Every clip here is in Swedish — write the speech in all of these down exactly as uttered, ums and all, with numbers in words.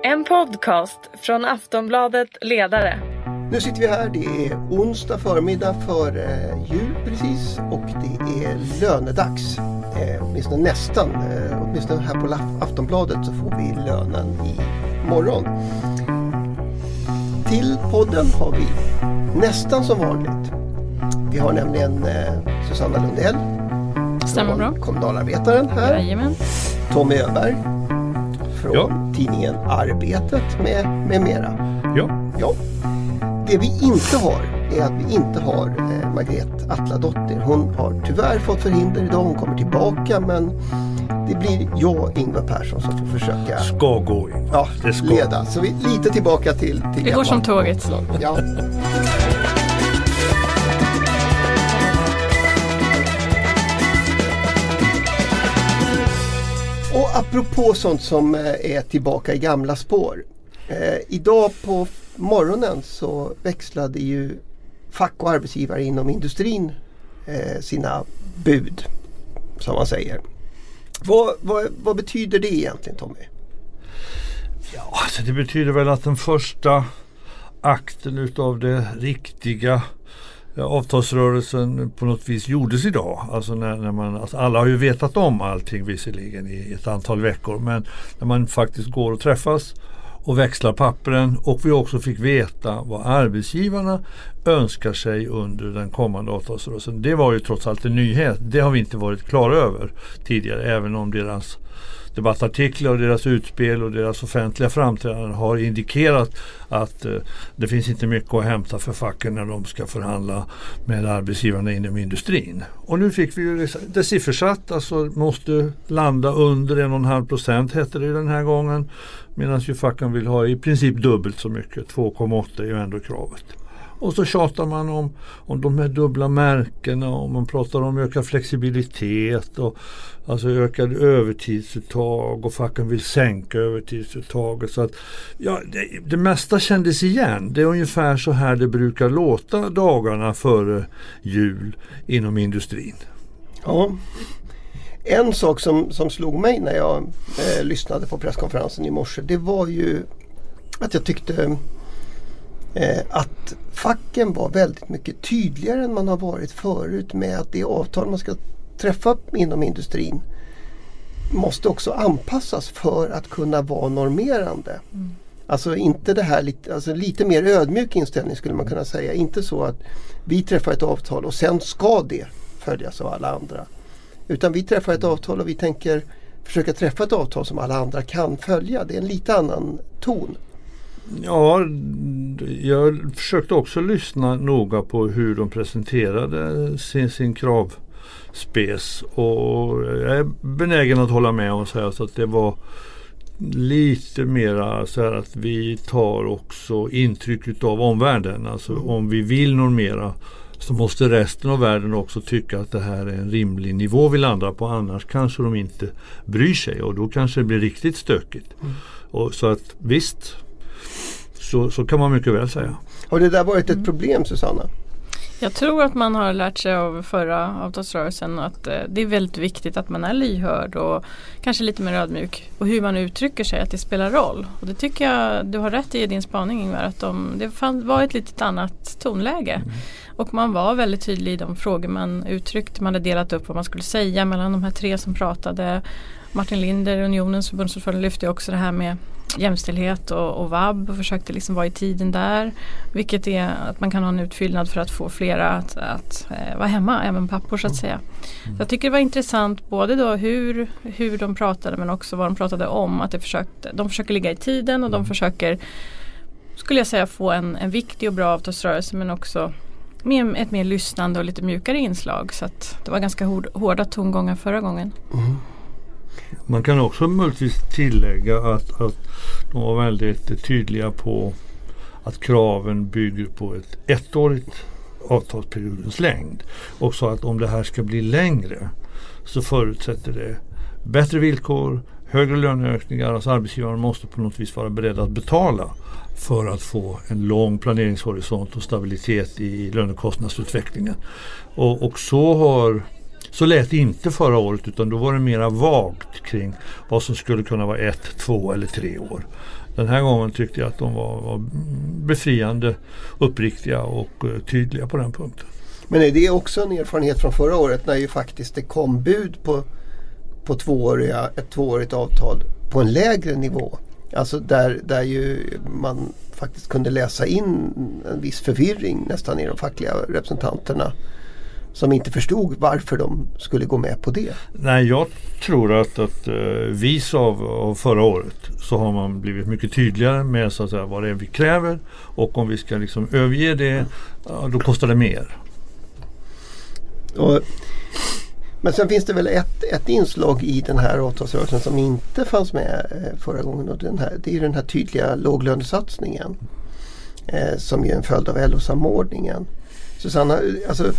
En podcast från Aftonbladet Ledare. Nu sitter vi här, det är onsdag förmiddag före jul precis och det är lönedags. Eh, åtminstone nästan, eh, åtminstone här på Aftonbladet så får vi lönen i morgon. Till podden har vi nästan som vanligt. Vi har nämligen eh, Susanna Lundell. Stämmer bra. Kommunalarbetaren här. Jajamän. Tommy Öberg från ja. tidningen Arbetet med, med mera. Ja. Ja. Det vi inte har är att vi inte har eh, Margret Atladottir. Hon har tyvärr fått förhinder idag. Hon kommer tillbaka men det blir jag, Ingvar Persson, som får försöka ska gå in. Ja, det ska. leda. Så vi är lite tillbaka till, till det går som tåget. Ja. Och apropå sånt som är tillbaka i gamla spår. Eh, idag på morgonen så växlade ju fack och arbetsgivare inom industrin eh, sina bud, som man säger. Vad, vad, vad betyder det egentligen, Tommy? Ja, alltså det betyder väl att den första akten utav det riktiga avtalsrörelsen på något vis gjordes idag. Alltså när, när man, alltså alla har ju vetat om allting visserligen i ett antal veckor, men när man faktiskt går och träffas och växlar pappren och vi också fick veta vad arbetsgivarna önskar sig under den kommande avtalsrörelsen. Det var ju trots allt en nyhet. Det har vi inte varit klara över tidigare, även om deras debattartiklar och deras utspel och deras offentliga framträdanden har indikerat att eh, det finns inte mycket att hämta för facken när de ska förhandla med arbetsgivarna inom industrin. Och nu fick vi ju det, det siffersatt, alltså måste landa under en och en halv procent heter det den här gången, medan ju facken vill ha i princip dubbelt så mycket, två komma åtta är ju ändå kravet. Och så tjatar man om, om de här dubbla märkena och man pratar om ökad flexibilitet och alltså ökad övertidsuttag och facken vill sänka övertidsuttaget. Så att, ja, det, det mesta kändes igen. Det är ungefär så här det brukar låta dagarna före jul inom industrin. Ja. En sak som, som slog mig när jag eh, lyssnade på presskonferensen i morse, det var ju att jag tyckte Eh, att facken var väldigt mycket tydligare än man har varit förut med att det avtal man ska träffa inom industrin måste också anpassas för att kunna vara normerande. Mm. Alltså inte det här lite, alltså lite mer ödmjuk inställning skulle man kunna säga. Inte så att vi träffar ett avtal och sen ska det följas av alla andra. Utan vi träffar ett avtal och vi tänker försöka träffa ett avtal som alla andra kan följa. Det är en lite annan ton. Ja, jag försökte också lyssna noga på hur de presenterade sin, sin kravspec och jag är benägen att hålla med och säga så att det var lite mera så här att vi tar också intryck av omvärlden. Alltså mm. om vi vill normera så måste resten av världen också tycka att det här är en rimlig nivå vi landar på, annars kanske de inte bryr sig och då kanske det blir riktigt stökigt. Mm. Och så att visst, Så, så kan man mycket väl säga. Har det där varit ett problem, Susanna? Jag tror att man har lärt sig av förra avtalsrörelsen att eh, det är väldigt viktigt att man är lyhörd och kanske lite mer ödmjuk. Och hur man uttrycker sig, att det spelar roll. Och det tycker jag, du har rätt i din spaning Ingvar, att de, det fann, var ett litet annat tonläge. Mm. Och man var väldigt tydlig i de frågor man uttryckte. Man hade delat upp vad man skulle säga mellan de här tre som pratade. Martin Linder, Unionens förbundsordförande, lyfte också det här med jämställdhet och, och vab och försökte liksom vara i tiden där, vilket är att man kan ha en utfyllnad för att få flera att, att eh, vara hemma, även pappor så att säga. Mm. Så jag tycker det var intressant både då hur, hur de pratade men också vad de pratade om, att det försökte, de försöker ligga i tiden och de försöker, skulle jag säga, få en, en viktig och bra avtalsrörelse men också med ett mer lyssnande och lite mjukare inslag, så att det var ganska hord, hårda tongångar förra gången. Mm. Man kan också möjligtvis tillägga att, att de var väldigt tydliga på att kraven bygger på ett ettårigt avtalsperiodens längd. Och så att om det här ska bli längre så förutsätter det bättre villkor, högre löneökningar. Alltså arbetsgivaren måste på något vis vara beredd att betala för att få en lång planeringshorisont och stabilitet i lönekostnadsutvecklingen. Och, och så har Så lät det inte förra året, utan då var det mera vagt kring vad som skulle kunna vara ett, två eller tre år. Den här gången tyckte jag att de var, var befriande, uppriktiga och uh, tydliga på den punkten. Men är det också en erfarenhet från förra året när ju faktiskt det kom bud på, på tvååriga, ett tvåårigt avtal på en lägre nivå? Alltså där, där ju man faktiskt kunde läsa in en viss förvirring nästan i de fackliga representanterna som inte förstod varför de skulle gå med på det. Nej, jag tror att, att uh, vis av, av förra året så har man blivit mycket tydligare med så att säga, vad det är vi kräver, och om vi ska liksom överge det, uh, då kostar det mer. Och, men sen finns det väl ett, ett inslag i den här avtalsrörelsen som inte fanns med eh, förra gången, och den här, det är den här tydliga låglönesatsningen eh, som är en följd av L O-samordningen. Susanna, alltså,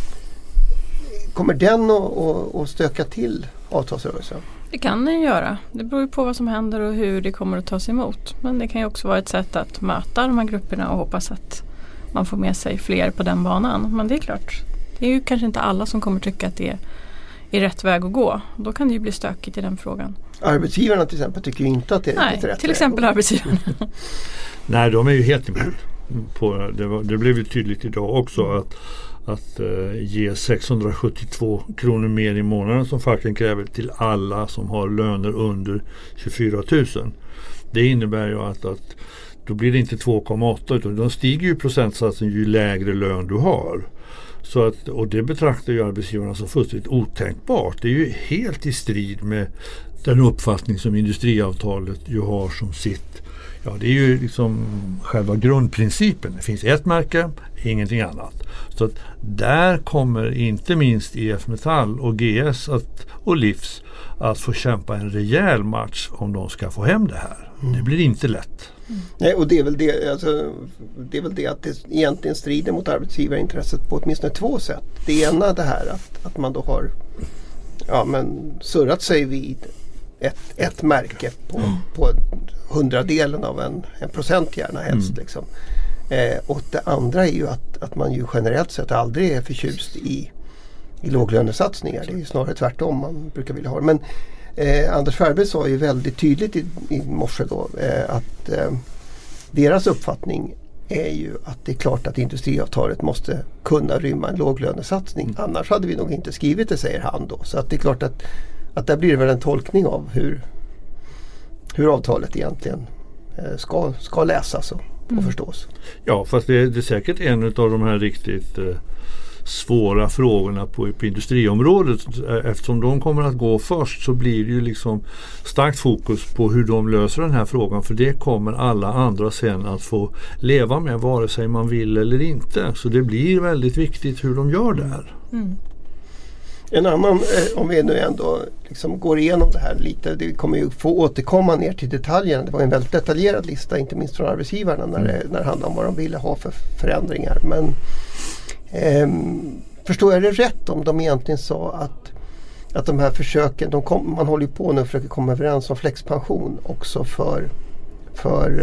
kommer den att, att, att stöka till avtalsrörelsen? Det kan den göra. Det beror ju på vad som händer och hur det kommer att tas emot. Men det kan ju också vara ett sätt att möta de här grupperna och hoppas att man får med sig fler på den banan. Men det är klart, det är ju kanske inte alla som kommer tycka att det är i rätt väg att gå. Då kan det ju bli stökigt i den frågan. Arbetsgivarna till exempel tycker ju inte att det är Nej, rätt väg. till exempel arbetsgivarna. Nej, de är ju helt emot. På, det, var, det blev ju tydligt idag också att, att uh, ge sexhundrasjuttiotvå kronor mer i månaden som facken kräver till alla som har löner under tjugofyra tusen. Det innebär ju att, att då blir det inte två komma åtta, utan då stiger ju procentsatsen ju lägre lön du har. Så att, och det betraktar ju arbetsgivarna som fullständigt otänkbart. Det är ju helt i strid med den uppfattning som industriavtalet ju har som sitt. Ja, det är ju liksom själva grundprincipen. Det finns ett märke, ingenting annat. Så att där kommer inte minst E F Metall och G S att, och Livs att få kämpa en rejäl match om de ska få hem det här. Mm. Det blir inte lätt. Mm. Nej, och det är, väl det, alltså, det är väl det att det egentligen strider mot arbetsgivarintresset på åtminstone två sätt. Det ena det här att, att man då har ja, men surrat sig vid ett, ett märke på, mm. på hundradelen av en, en procent gärna helst. Mm. Liksom. Eh, och det andra är ju att, att man ju generellt sett aldrig är förtjust i, i låglönesatsningar. Det är ju snarare tvärtom man brukar vilja ha. Men Eh, Anders Färberg sa ju väldigt tydligt i, i morse då eh, att eh, deras uppfattning är ju att det är klart att industriavtalet måste kunna rymma en låglönesatsning. Mm. Annars hade vi nog inte skrivit det, säger han då. Så att det är klart att, att där blir det väl en tolkning av hur, hur avtalet egentligen eh, ska, ska läsas och, mm. och förstås. Ja, fast det är, det är säkert en av de här riktigt eh, svåra frågorna på, på industriområdet. Eftersom de kommer att gå först så blir det ju liksom starkt fokus på hur de löser den här frågan, för det kommer alla andra sen att få leva med vare sig man vill eller inte. Så det blir väldigt viktigt hur de gör det här. Mm. En annan, eh, om vi nu ändå liksom går igenom det här lite, det kommer ju få återkomma ner till detaljerna. Det var en väldigt detaljerad lista, inte minst från arbetsgivarna när, mm. det, när det handlar om vad de ville ha för förändringar. Men Ehm, förstår jag det rätt om de egentligen sa att, att de här försöken, de kom, man håller ju på nu och försöker komma överens om flexpension också för, för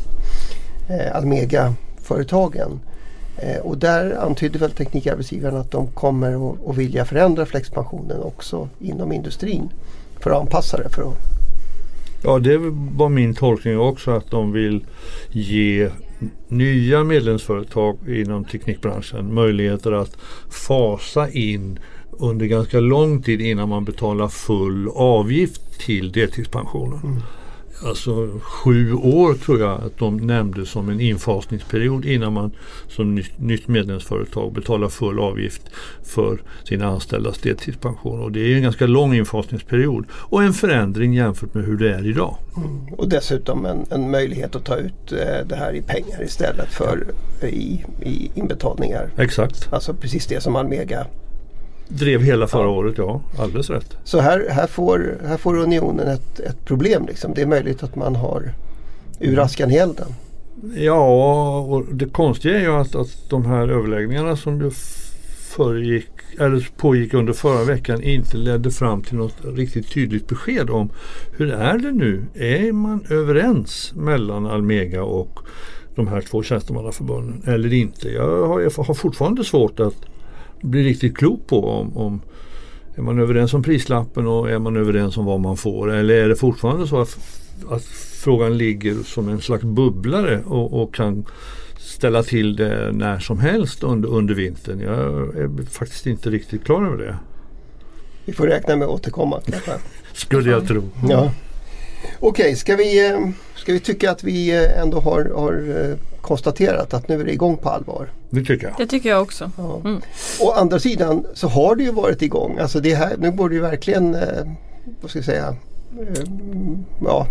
eh, Almega-företagen. Eh, och där antyder väl teknikarbetsgivarna att de kommer att, att vilja förändra flexpensionen också inom industrin för att anpassa det. För att... Ja, det var min tolkning också, att de vill ge nya medlemsföretag inom teknikbranschen möjligheter att fasa in under ganska lång tid innan man betalar full avgift till deltidspensionen. Mm. Alltså sju år tror jag att de nämnde som en infasningsperiod innan man som ny, nytt medlemsföretag betalar full avgift för sina anställdas deltidspension. Och det är en ganska lång infasningsperiod och en förändring jämfört med hur det är idag. Mm. Och dessutom en, en möjlighet att ta ut eh, det här i pengar istället för ja. i, i inbetalningar. Exakt. Alltså precis det som Almega drev hela förra ja. året, ja. Alldeles rätt. Så här, här, får, här får unionen ett, ett problem. Liksom. Det är möjligt att man har ur askan i elden. Ja, och det konstiga är ju att, att de här överläggningarna som ju föregick, eller pågick under förra veckan inte ledde fram till något riktigt tydligt besked om hur är det nu? Är man överens mellan Almega och de här två tjänstemannaförbunden eller inte? Jag har, jag har fortfarande svårt att blir riktigt klok på om, om Är man överens om prislappen och är man överens om vad man får? Eller är det fortfarande så att, att frågan ligger som en slags bubblare och, och kan ställa till det när som helst under, under vintern? Jag är faktiskt inte riktigt klar över det. Vi får räkna med att återkomma. Skulle jag tro. Ja. Okej, okay, ska vi, ska vi tycka att vi ändå har, har konstaterat att nu är det igång på allvar? Det tycker jag. Det tycker jag också. Ja. Mm. Å andra sidan så har det ju varit igång. Alltså det här, nu borde ju verkligen, eh, vad ska jag säga, eh, ja,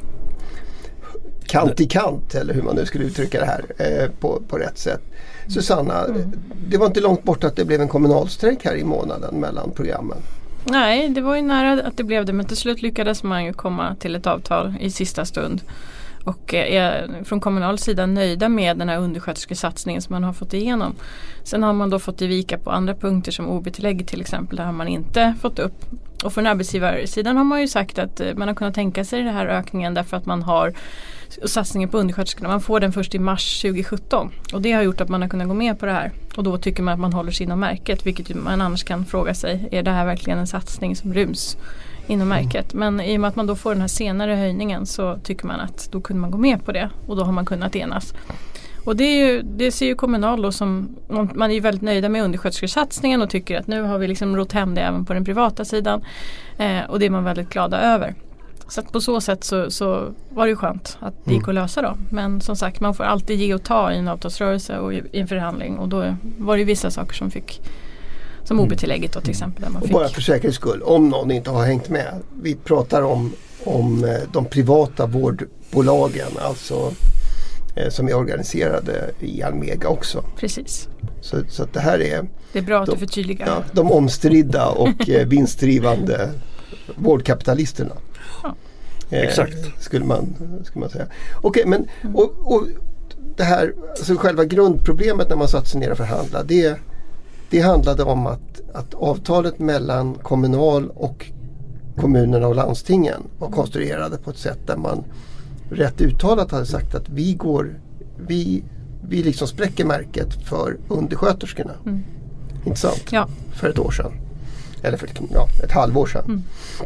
kant i kant, eller hur man nu skulle uttrycka det här eh, på, på rätt sätt. Susanna, mm. det var inte långt bort att det blev en kommunalstrejk här i månaden mellan programmen. Nej, det var ju nära att det blev det, men till slut lyckades man ju komma till ett avtal i sista stund. Och är från kommunal sida nöjda med den här undersköterskesatsningen som man har fått igenom. Sen har man då fått i vika på andra punkter som O B-tillägg till exempel, där har man inte fått upp. Och från arbetsgivarsidan har man ju sagt att man har kunnat tänka sig den här ökningen därför att man har satsningen på undersköterskorna. Man får den först i mars tjugosjutton och det har gjort att man har kunnat gå med på det här. Och då tycker man att man håller sig inom märket, vilket man annars kan fråga sig, är det här verkligen en satsning som ryms inom märket? Men i och med att man då får den här senare höjningen så tycker man att då kunde man gå med på det och då har man kunnat enas. Och det, är ju, det ser ju Kommunal då som, man är ju väldigt nöjda med undersköterskesatsningen och tycker att nu har vi liksom rott hem det även på den privata sidan eh, och det är man väldigt glada över. Så att på så sätt så, så var det ju skönt att det gick att lösa då. Men som sagt, man får alltid ge och ta i en avtalsrörelse och i en förhandling och då var det ju vissa saker som fick, som O B-tillägget då till exempel. Där man och fick. bara för säkerhets skull, om någon inte har hängt med, vi pratar om, om de privata vårdbolagen, alltså eh, som är organiserade i Almega också. Precis. Så, så att det här är, det är bra att de, du förtydligar. Ja, de omstridda och eh, vinstdrivande vårdkapitalisterna. Ja. Eh, Exakt. Skulle man, skulle man säga. Okej, okay, men och, och det här, alltså själva grundproblemet när man satt sig ner och förhandlade, det, det handlade om att, att avtalet mellan Kommunal och kommunerna och landstingen var konstruerade på ett sätt där man rätt uttalat hade sagt att vi går, vi, vi liksom spräcker märket för undersköterskorna. Mm. Inte sant? Ja. För ett år sedan. Eller för ett, ja, ett halvår sedan. Mm.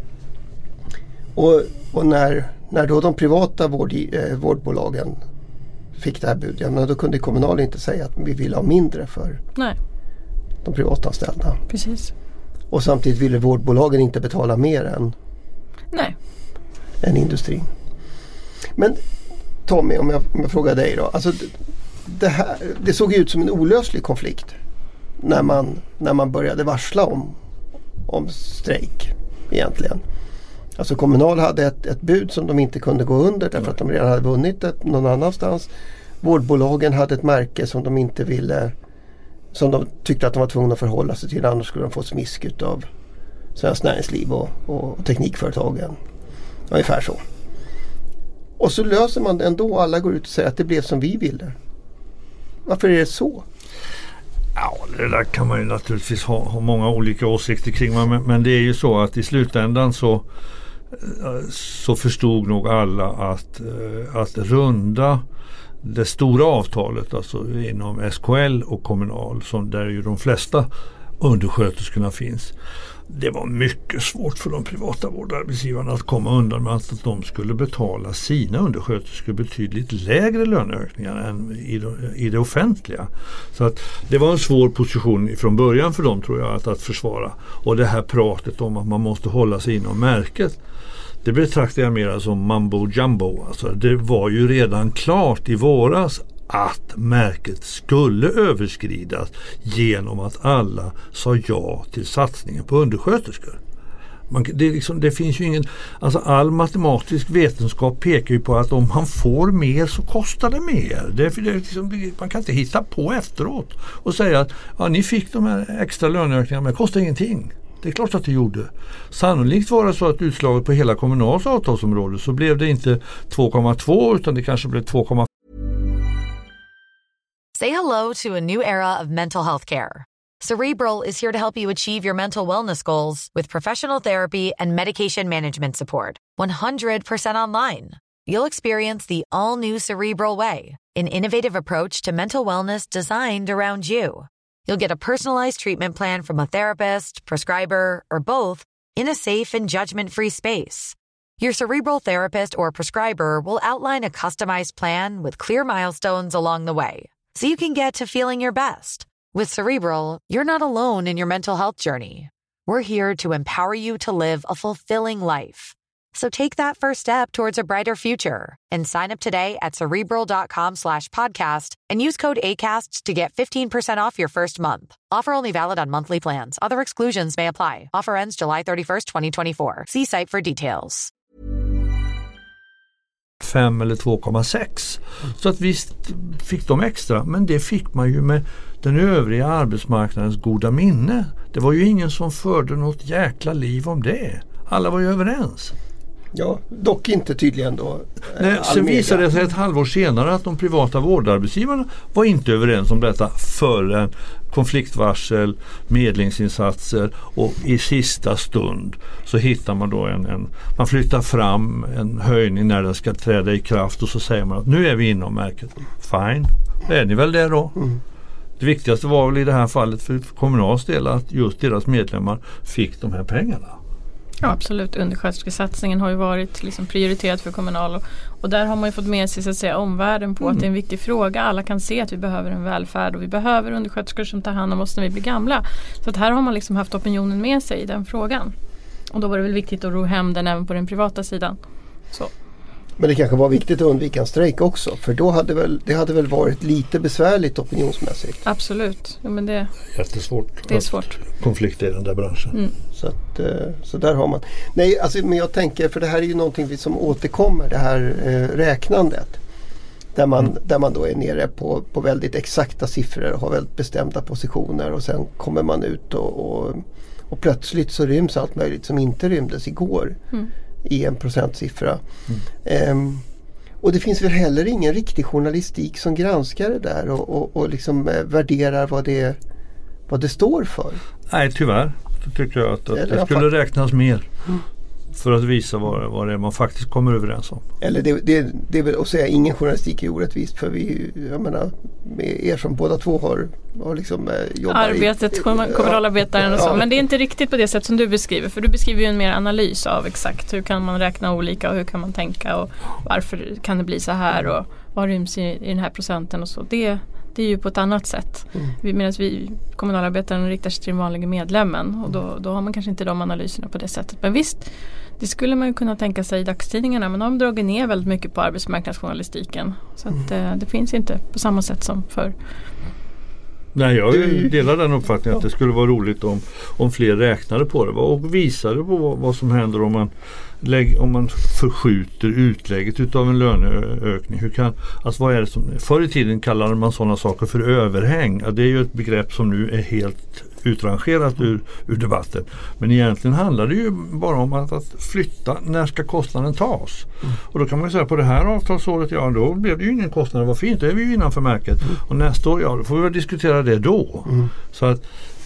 Och, och när, när då de privata vård, eh, vårdbolagen fick det här budet, ja, men då kunde Kommunal inte säga att vi vill ha mindre för Nej. de privatanställda. Precis. Och samtidigt ville vårdbolagen inte betala mer än, Nej. än industrin. Men Tommy, om jag, om jag frågar dig då. Alltså, det, här, det såg ut som en olöslig konflikt när man, när man började varsla om, om strejk egentligen. Alltså Kommunal hade ett, ett bud som de inte kunde gå under därför att de redan hade vunnit det någon annanstans. Vårdbolagen hade ett märke som de inte ville, som de tyckte att de var tvungna att förhålla sig till, annars skulle de få smisk av Svenskt Näringsliv och, och teknikföretagen. Ungefär så. Och så löser man det ändå, alla går ut och säger att det blev som vi ville. Varför är det så? Ja, det där kan man ju naturligtvis ha, ha många olika åsikter kring, men, men det är ju så att i slutändan så, så förstod nog alla att, att runda det stora avtalet, alltså inom S K L och Kommunal, som där ju de flesta undersköterskorna finns. Det var mycket svårt för de privata vårdarbetsgivarna att komma undan med att de skulle betala sina undersköterskor betydligt lägre löneökningar än i det, i det offentliga. Så att det var en svår position från början för dem, tror jag, att, att försvara. Och det här pratet om att man måste hålla sig inom märket, det betraktar jag mer som mambo jumbo. Alltså det var ju redan klart i våras att märket skulle överskridas genom att alla sa ja till satsningen på undersköterskor. Man, det, är liksom, det finns ju ingen, alltså all matematisk vetenskap pekar ju på att om man får mer så kostar det mer. Det, det, liksom, man kan inte hitta på efteråt och säga att ja, ni fick de här extra löneökningarna, men det kostar ingenting. Det är klart att det gjorde. Sannolikt var det så att utslaget på hela Kommunals avtalsområde så blev det inte två komma två utan det kanske blev två komma fem. Say hello to a new era of mental health care. Cerebral is here to help you achieve your mental wellness goals with professional therapy and medication management support. one hundred percent online. You'll experience the all-new Cerebral way, an innovative approach to mental wellness designed around you. You'll get a personalized treatment plan from a therapist, prescriber, or both in a safe and judgment-free space. Your Cerebral therapist or prescriber will outline a customized plan with clear milestones along the way, so you can get to feeling your best. With Cerebral, you're not alone in your mental health journey. We're here to empower you to live a fulfilling life. So take that first step towards a brighter future and sign up today at Cerebral.com slash podcast and use code ACAST to get fifteen percent off your first month. Offer only valid on monthly plans. Other exclusions may apply. Offer ends July thirty-first, twenty twenty-four. See site for details. fem eller två komma sex. Så att visst fick de extra, men det fick man ju med den övriga arbetsmarknadens goda minne. Det var ju ingen som förde något jäkla liv om det. Alla var ju överens. Ja, dock inte tydligen då. Nej, sen visade det sig ett halvår senare att de privata vårdarbetsgivarna var inte överens om detta förrän konfliktvarsel, medlingsinsatser och i sista stund så hittar man då en, en man flyttar fram en höjning när den ska träda i kraft och så säger man att nu är vi inom märket. Fine, det är ni väl det då? Mm. Det viktigaste var väl i det här fallet för Kommunals del att just deras medlemmar fick de här pengarna. Ja, absolut. Undersköterskesatsningen har ju varit liksom prioriterat för Kommunal och, och där har man ju fått med sig så att säga omvärlden på mm. att det är en viktig fråga. Alla kan se att vi behöver en välfärd och vi behöver undersköterskor som tar hand om oss när vi blir gamla. Så att här har man liksom haft opinionen med sig i den frågan. Och då var det väl viktigt att ro hem den även på den privata sidan. Så. Men det kanske var viktigt att undvika en strejk också. För då hade väl, det hade väl varit lite besvärligt opinionsmässigt. Absolut. Ja, men det, jättesvårt. Det är svårt. Konflikter i den där branschen. Mm. Så, att, så där har man. Nej, alltså, men jag tänker, för det här är ju någonting som återkommer, det här eh, räknandet. Där man, mm. där man då är nere på, på väldigt exakta siffror och har väldigt bestämda positioner. Och sen kommer man ut och, och, och plötsligt så ryms allt möjligt som inte rymdes igår. Mm. I en procentsiffra. Mm. Um, och det finns väl heller ingen riktig journalistik som granskar det där och, och, och liksom eh, värderar vad det, vad det står för. Nej, tyvärr. Så tycker jag att, att det skulle fa- räknas mer. Mm. För att visa vad, vad det är man faktiskt kommer överens om. Eller det, det, det är väl att säga ingen journalistik är orättvist för vi, jag menar, med er som båda två har, har liksom eh, jobbat arbetet, i, kommunalarbetaren och så. Ja. Men det är inte riktigt på det sätt som du beskriver. För du beskriver ju en mer analys av exakt hur kan man räkna olika och hur kan man tänka och varför kan det bli så här och vad ryms i, i den här procenten och så. Det Det är ju på ett annat sätt. Mm. Medan vi kommunalarbetaren riktar sig till den vanliga medlemmen. Och då, då har man kanske inte de analyserna på det sättet. Men visst, det skulle man ju kunna tänka sig i dagstidningarna. Men de har dragit ner väldigt mycket på arbetsmarknadsjournalistiken. Så att, mm. det finns inte på samma sätt som förr. Nej, jag delar den uppfattningen att det skulle vara roligt om, om fler räknade på det och visade på vad, vad som händer om man, lägg, om man förskjuter utlägget utav en löneökning. Hur kan, alltså vad är det som, förr i tiden kallade man sådana saker för överhäng. Ja, det är ju ett begrepp som nu är helt utrangerat ur, ur debatten. Men egentligen handlar det ju bara om att, att flytta, när ska kostnaden tas? Mm. Och då kan man ju säga på det här avtalsåret, ja då blev det ju ingen kostnad, vad fint, då är vi ju innanför märket. Mm. Och nästa år, ja då får vi väl diskutera det då. Mm. Så att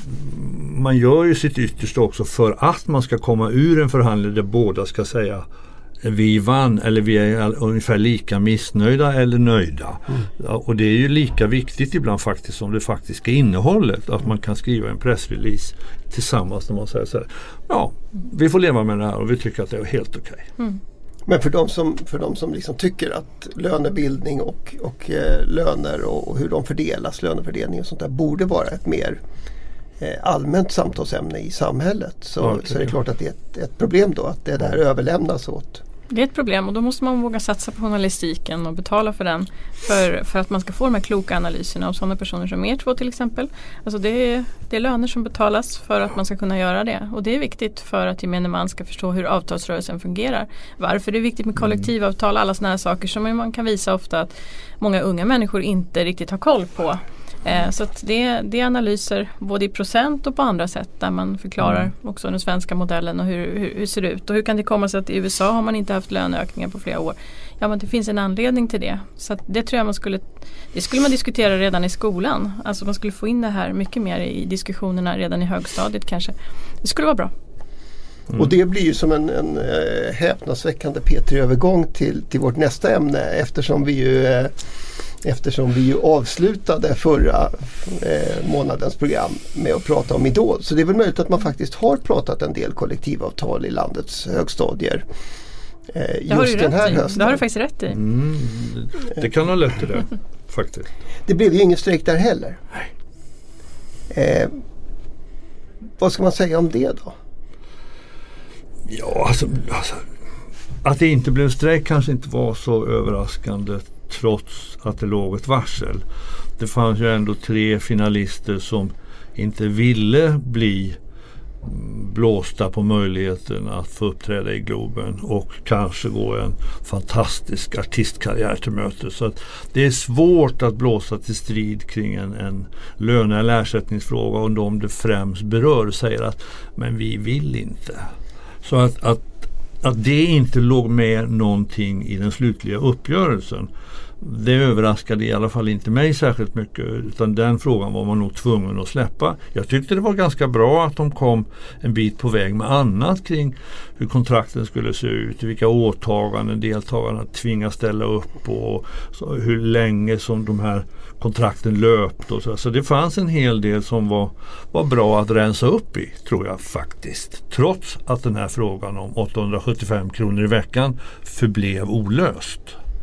man gör ju sitt yttersta också för att man ska komma ur en förhandling där båda ska säga vi vann eller vi är ungefär lika missnöjda eller nöjda. Mm. Ja, och det är ju lika viktigt ibland faktiskt som det faktiska innehållet att man kan skriva en pressrelease tillsammans när man säger så här, ja, vi får leva med det här och vi tycker att det är helt okej. Okay. Mm. Men för de som, för de som liksom tycker att lönebildning och, och eh, löner och, och hur de fördelas, lönefördelning och sånt där borde vara ett mer eh, allmänt samtalsämne i samhället så, ja, så är det klart att det är ett, ett problem då att det där överlämnas åt. Det är ett problem och då måste man våga satsa på journalistiken och betala för den för, för att man ska få de här kloka analyserna av sådana personer som er två till exempel. Alltså det är, det är löner som betalas för att man ska kunna göra det och det är viktigt för att gemene man ska förstå hur avtalsrörelsen fungerar. Varför det är viktigt med kollektivavtal, alla sådana här saker som man kan visa ofta att många unga människor inte riktigt har koll på. Eh, så att det, det är analyser både i procent och på andra sätt där man förklarar mm. också den svenska modellen och hur, hur, hur ser det ut och hur kan det komma sig att i U S A har man inte haft löneökningar på flera år. Ja, men det finns en anledning till det. Så att det tror jag man skulle, det skulle man diskutera redan i skolan. Alltså man skulle få in det här mycket mer i diskussionerna redan i högstadiet kanske. Det skulle vara bra. Mm. Och det blir ju som en, en äh, häpnadsväckande P tre-övergång till, till vårt nästa ämne eftersom vi ju äh, Eftersom vi ju avslutade förra eh, månadens program med att prata om Idol. Så det är väl möjligt att man faktiskt har pratat en del kollektivavtal i landets högstadier. Eh, just den här hösten. Det har du faktiskt rätt i. Mm, det kan ha lett till det, faktiskt. Det blev ju ingen strejk där heller. Nej. Eh, vad ska man säga om det då? Ja, alltså, alltså att det inte blev strejk kanske inte var så överraskande trots att det låg ett varsel. Det fanns ju ändå tre finalister som inte ville bli blåsta på möjligheten att få uppträda i Globen och kanske gå en fantastisk artistkarriär till möte. Så att det är svårt att blåsa till strid kring en, en löne- eller ersättningsfråga och de det främst berör säger att men vi vill inte. Så att, att, att det inte låg med någonting i den slutliga uppgörelsen, det överraskade i alla fall inte mig särskilt mycket, utan den frågan var man nog tvungen att släppa. Jag tyckte det var ganska bra att de kom en bit på väg med annat kring hur kontrakten skulle se ut, vilka åtaganden deltagarna tvingas ställa upp och så, hur länge som de här kontrakten löpt och så. Så det fanns en hel del som var, var bra att rensa upp i, tror jag faktiskt. Trots att den här frågan om åttahundrasjuttiofem kronor i veckan förblev olöst.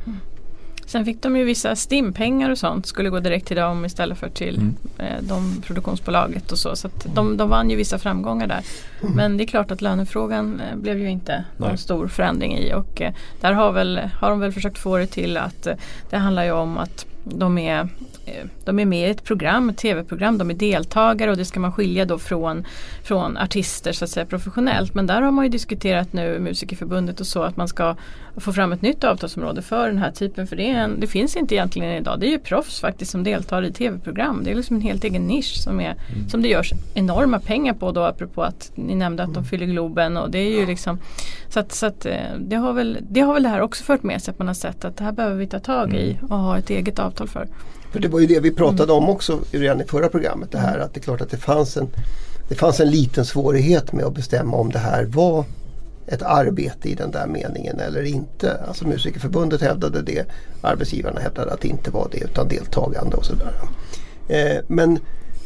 Sen fick de ju vissa stimpengar och sånt, skulle gå direkt till dem istället för till mm. eh, de produktionsbolaget och så. Så att de, de vann ju vissa framgångar där. Mm. Men det är klart att lönefrågan eh, blev ju inte någon Nej. stor förändring i. Och eh, där har, väl, har de väl försökt få det till att eh, det handlar ju om att de är, de är med i ett program, ett tv-program, de är deltagare och det ska man skilja då från, från artister så att säga professionellt. Men där har man ju diskuterat nu Musikerförbundet och så att man ska få fram ett nytt avtalsområde för den här typen, för det, är en, det finns inte egentligen idag. Det är ju proffs faktiskt som deltar i tv-program. Det är liksom en helt egen nisch som, är, mm. som det görs enorma pengar på då, apropå att ni nämnde att mm. de fyller Globen och det är ju liksom så att, så att det, har väl, det har väl det här också fört med sig att man har sett att det här behöver vi ta tag i och ha ett eget avtal för. För det var ju det vi pratade om också redan i förra programmet, det här att det är klart att det fanns en det fanns en liten svårighet med att bestämma om det här var ett arbete i den där meningen eller inte. Alltså Musikerförbundet hävdade det, arbetsgivarna hävdade att det inte var det utan deltagande och sådär. Eh, men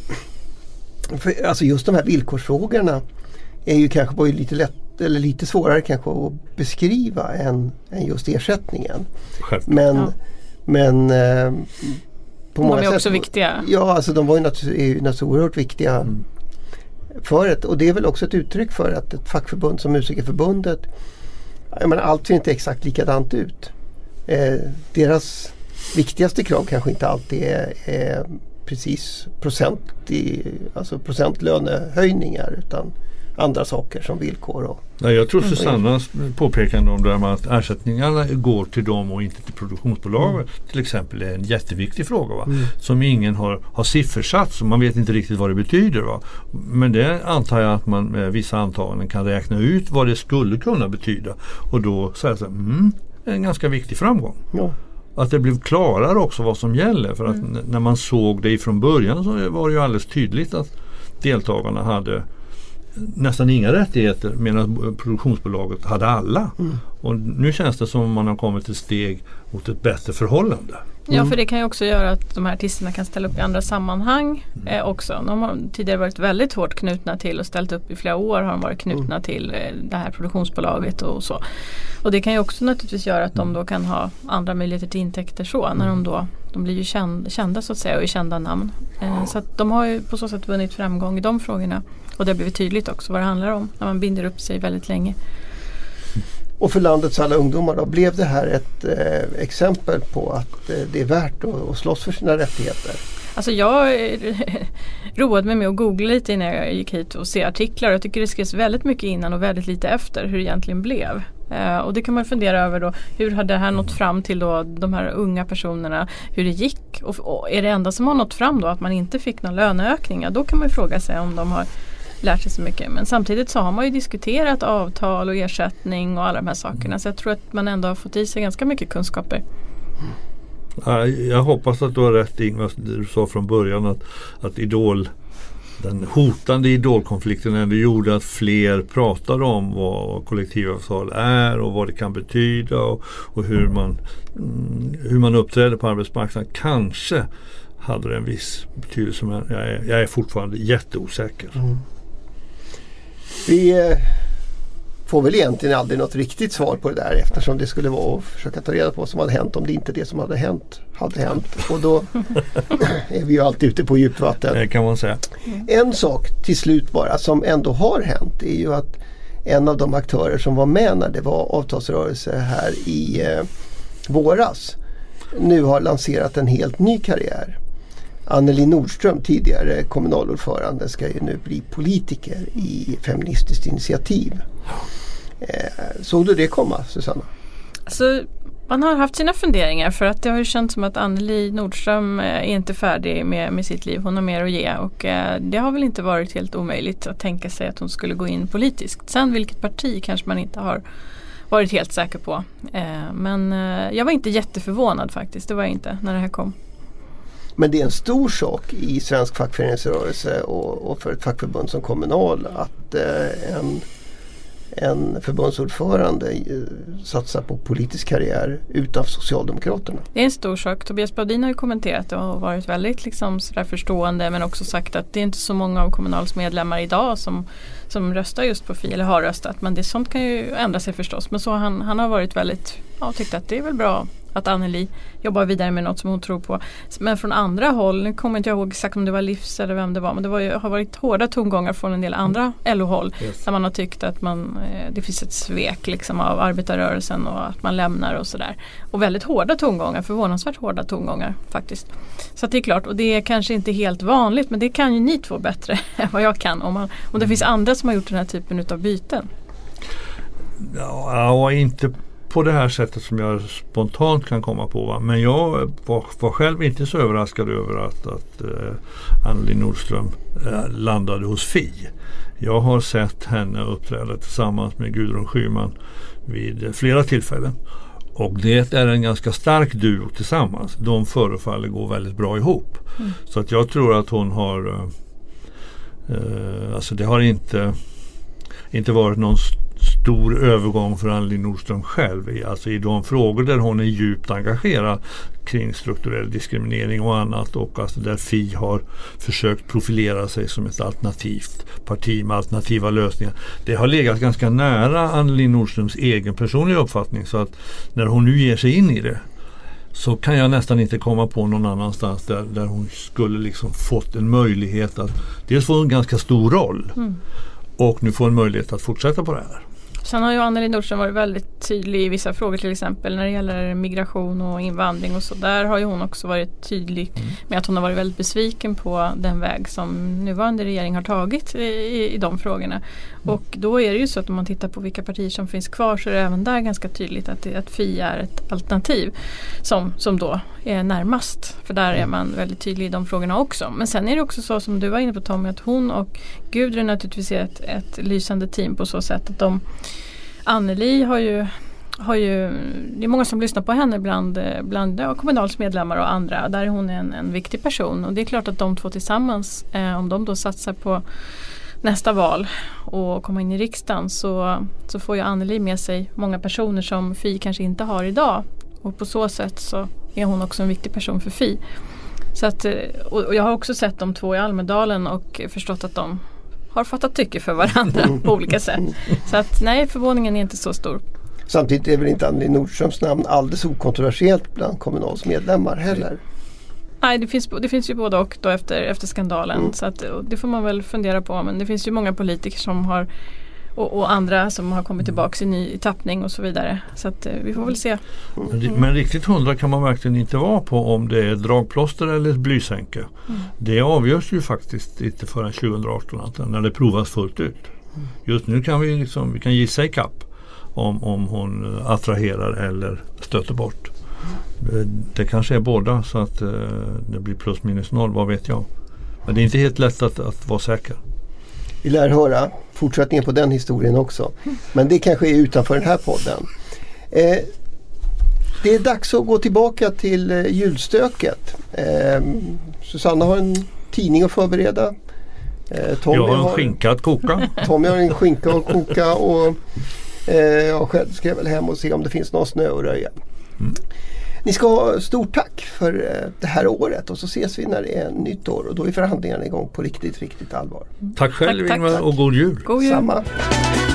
för, alltså just de här villkorsfrågorna är ju kanske var ju lite lätt eller lite svårare kanske att beskriva än, än just ersättningen. Självklart. Men ja. Men eh, på många de är sätt, också viktiga. Ja, alltså de var ju naturligtvis oerhört viktiga mm. för ett, och det är väl också ett uttryck för att ett fackförbund som Musikerförbundet, jag menar, allt ser inte exakt likadant ut. Eh, deras viktigaste krav kanske inte alltid är, är precis procent i, alltså procentlönehöjningar utan andra saker som villkor. Och Nej, jag tror Susannas påpekande om det med att ersättningarna går till dem och inte till produktionsbolaget mm. till exempel är en jätteviktig fråga va? Mm. Som ingen har, har siffersatt så man vet inte riktigt vad det betyder va? Men det antar jag att man med vissa antaganden kan räkna ut vad det skulle kunna betyda och då säger jag så här, mm, det är en ganska viktig framgång. Ja. Att det blev klarare också vad som gäller för att mm. n- när man såg det ifrån början så var det ju alldeles tydligt att deltagarna hade nästan inga rättigheter medan produktionsbolaget hade alla. Mm. Och nu känns det som om man har kommit ett steg mot ett bättre förhållande. Ja, för det kan ju också göra att de här artisterna kan ställa upp i andra sammanhang mm. eh, också. De har tidigare varit väldigt hårt knutna till och ställt upp i flera år har de varit knutna mm. till eh, det här produktionsbolaget och så. Och det kan ju också naturligtvis göra att de då kan ha andra möjligheter till intäkter så mm. när de då, de blir ju känd, kända så att säga och i kända namn. Eh, så att de har ju på så sätt vunnit framgång i de frågorna. Och det har blivit tydligt också vad det handlar om när man binder upp sig väldigt länge. Och för landets alla ungdomar då, blev det här ett eh, exempel på att eh, det är värt att, att slåss för sina rättigheter? Alltså jag roade mig med att googla lite innan jag gick hit och se artiklar. Jag tycker det skrevs väldigt mycket innan och väldigt lite efter hur det egentligen blev. Uh, och det kan man fundera över då, hur har det här nått fram till då de här unga personerna, hur det gick och, och är det enda som har nått fram då att man inte fick någon löneökning, då kan man ju fråga sig om de har lärt sig så mycket. Men samtidigt så har man ju diskuterat avtal och ersättning och alla de här sakerna, så jag tror att man ändå har fått i sig ganska mycket kunskaper. Jag hoppas att du har rätt, Ingvar, du sa från början att, att Idol den hotande idolkonflikten ändå gjorde att fler pratade om vad kollektivavtal är och vad det kan betyda och, och hur, man, mm, hur man uppträder på arbetsmarknaden. Kanske hade det en viss betydelse, men jag är, jag är fortfarande jätteosäker. Mm. Vi eh, får väl egentligen aldrig något riktigt svar på det där, eftersom det skulle vara att försöka ta reda på vad som hade hänt om det inte det som hade hänt hade hänt. Och då är vi ju alltid ute på djupt vatten. Det kan man säga. En sak till slut bara som ändå har hänt är ju att en av de aktörer som var med när det var avtalsrörelse här i eh, våras nu har lanserat en helt ny karriär. Anneli Nordström, tidigare kommunalordförande, ska ju nu bli politiker i Feministiskt initiativ. Eh, såg du det komma, Susanna? Alltså, man har haft sina funderingar, för att det har ju känts som att Anneli Nordström är inte färdig med, med sitt liv. Hon har mer att ge, och eh, det har väl inte varit helt omöjligt att tänka sig att hon skulle gå in politiskt. Sen vilket parti kanske man inte har varit helt säker på. Eh, men eh, jag var inte jätteförvånad faktiskt, det var jag inte när det här kom. Men det är en stor sak i svensk fackföreningsrörelse och, och för ett fackförbund som Kommunal att eh, en, en förbundsordförande eh, satsar på politisk karriär utav Socialdemokraterna. Det är en stor sak. Tobias Baudin har ju kommenterat det och varit väldigt liksom, sådär förstående, men också sagt att det är inte så många av Kommunals medlemmar idag som, som röstar just på Fi eller har röstat. Men det, sånt kan ju ändra sig förstås. Men så han, han har varit väldigt, ja, tyckt att det är väl bra att Anneli jobbar vidare med något som hon tror på. Men från andra håll, nu kommer inte jag ihåg exakt om det var Livs eller vem det var, men det var ju, har varit hårda tongångar från en del andra L O-håll, yes, där man har tyckt att man, eh, det finns ett svek liksom, av arbetarrörelsen och att man lämnar och sådär. Och väldigt hårda tongångar, förvånansvärt hårda tongångar faktiskt. Så att det är klart, och det är kanske inte helt vanligt, men det kan ju ni två bättre än vad jag kan om, man, om det finns andra som har gjort den här typen av byten. Ja, inte på det här sättet som jag spontant kan komma på. Va? Men jag var, var själv inte så överraskad över att, att uh, Anneli Nordström uh, landade hos Fi. Jag har sett henne uppträda tillsammans med Gudrun Schyman vid uh, flera tillfällen. Och det är en ganska stark duo tillsammans. De förefaller gå väldigt bra ihop. Mm. Så att jag tror att hon har uh, uh, alltså det har inte inte varit någon st- stor övergång för Anneli Nordström själv, alltså i de frågor där hon är djupt engagerad kring strukturell diskriminering och annat, och alltså där Fi har försökt profilera sig som ett alternativt parti med alternativa lösningar. Det har legat ganska nära Anneli Nordströms egen personliga uppfattning, så att när hon nu ger sig in i det så kan jag nästan inte komma på någon annanstans där, där hon skulle liksom fått en möjlighet att dels få en ganska stor roll mm. och nu få en möjlighet att fortsätta på det här. Sen har ju Anneli Nordström varit väldigt tydlig i vissa frågor, till exempel när det gäller migration och invandring och så. Där har ju hon också varit tydlig mm. med att hon har varit väldigt besviken på den väg som nuvarande regering har tagit i, i de frågorna. Mm. Och då är det ju så att om man tittar på vilka partier som finns kvar, så är det även där ganska tydligt att, att Fi är ett alternativ som, som då är närmast. För där är man väldigt tydlig i de frågorna också. Men sen är det också så som du var inne på, Tommy, att hon och Gudrun naturligtvis är ett, ett lysande team på så sätt att de Anneli har ju, har ju, det är många som lyssnar på henne bland, bland ja, Kommunals medlemmar och andra. Där är hon en, en viktig person. Och det är klart att de två tillsammans, eh, om de då satsar på nästa val och komma in i riksdagen, så, så får ju Anneli med sig många personer som Fi kanske inte har idag. Och på så sätt så är hon också en viktig person för Fi. Så att, och jag har också sett de två i Almedalen och förstått att de har fattat tycke för varandra på olika sätt. Så att nej, förvåningen är inte så stor. Samtidigt är väl inte Anneli Nordströms namn alldeles okontroversiellt bland Kommunals medlemmar heller. Nej, det finns, det finns ju både och då efter, efter skandalen. Mm. Så att, det får man väl fundera på. Men det finns ju många politiker som har och, och andra som har kommit tillbaka i ny tappning och så vidare. Så att vi får väl se. Mm. Men riktigt hundra kan man verkligen inte vara på om det är dragplåster eller ett blysänke. Mm. Det avgörs ju faktiskt inte förrän tjugo arton när det provas fullt ut. Mm. Just nu kan vi, liksom, vi kan gissa i kapp om, om hon attraherar eller stöter bort. Mm. Det kanske är båda, så att uh, det blir plus minus noll, vad vet jag. Men det är inte helt lätt att, att vara säker. Vi lär höra fortsättningen på den historien också. Men det kanske är utanför den här podden. Eh, det är dags att gå tillbaka till eh, julstöket. Eh, Susanna har en tidning att förbereda. Eh, Tommy jag har en har, skinka att koka. Tommy har en skinka att koka och eh, jag själv ska väl hem och se om det finns någon snö att röja. Mm. Ni ska ha stort tack för eh, det här året och så ses vi när det är nytt år och då är förhandlingarna igång på riktigt, riktigt allvar. Tack själv, tack, Ingvar, och god jul. God jul. Samma.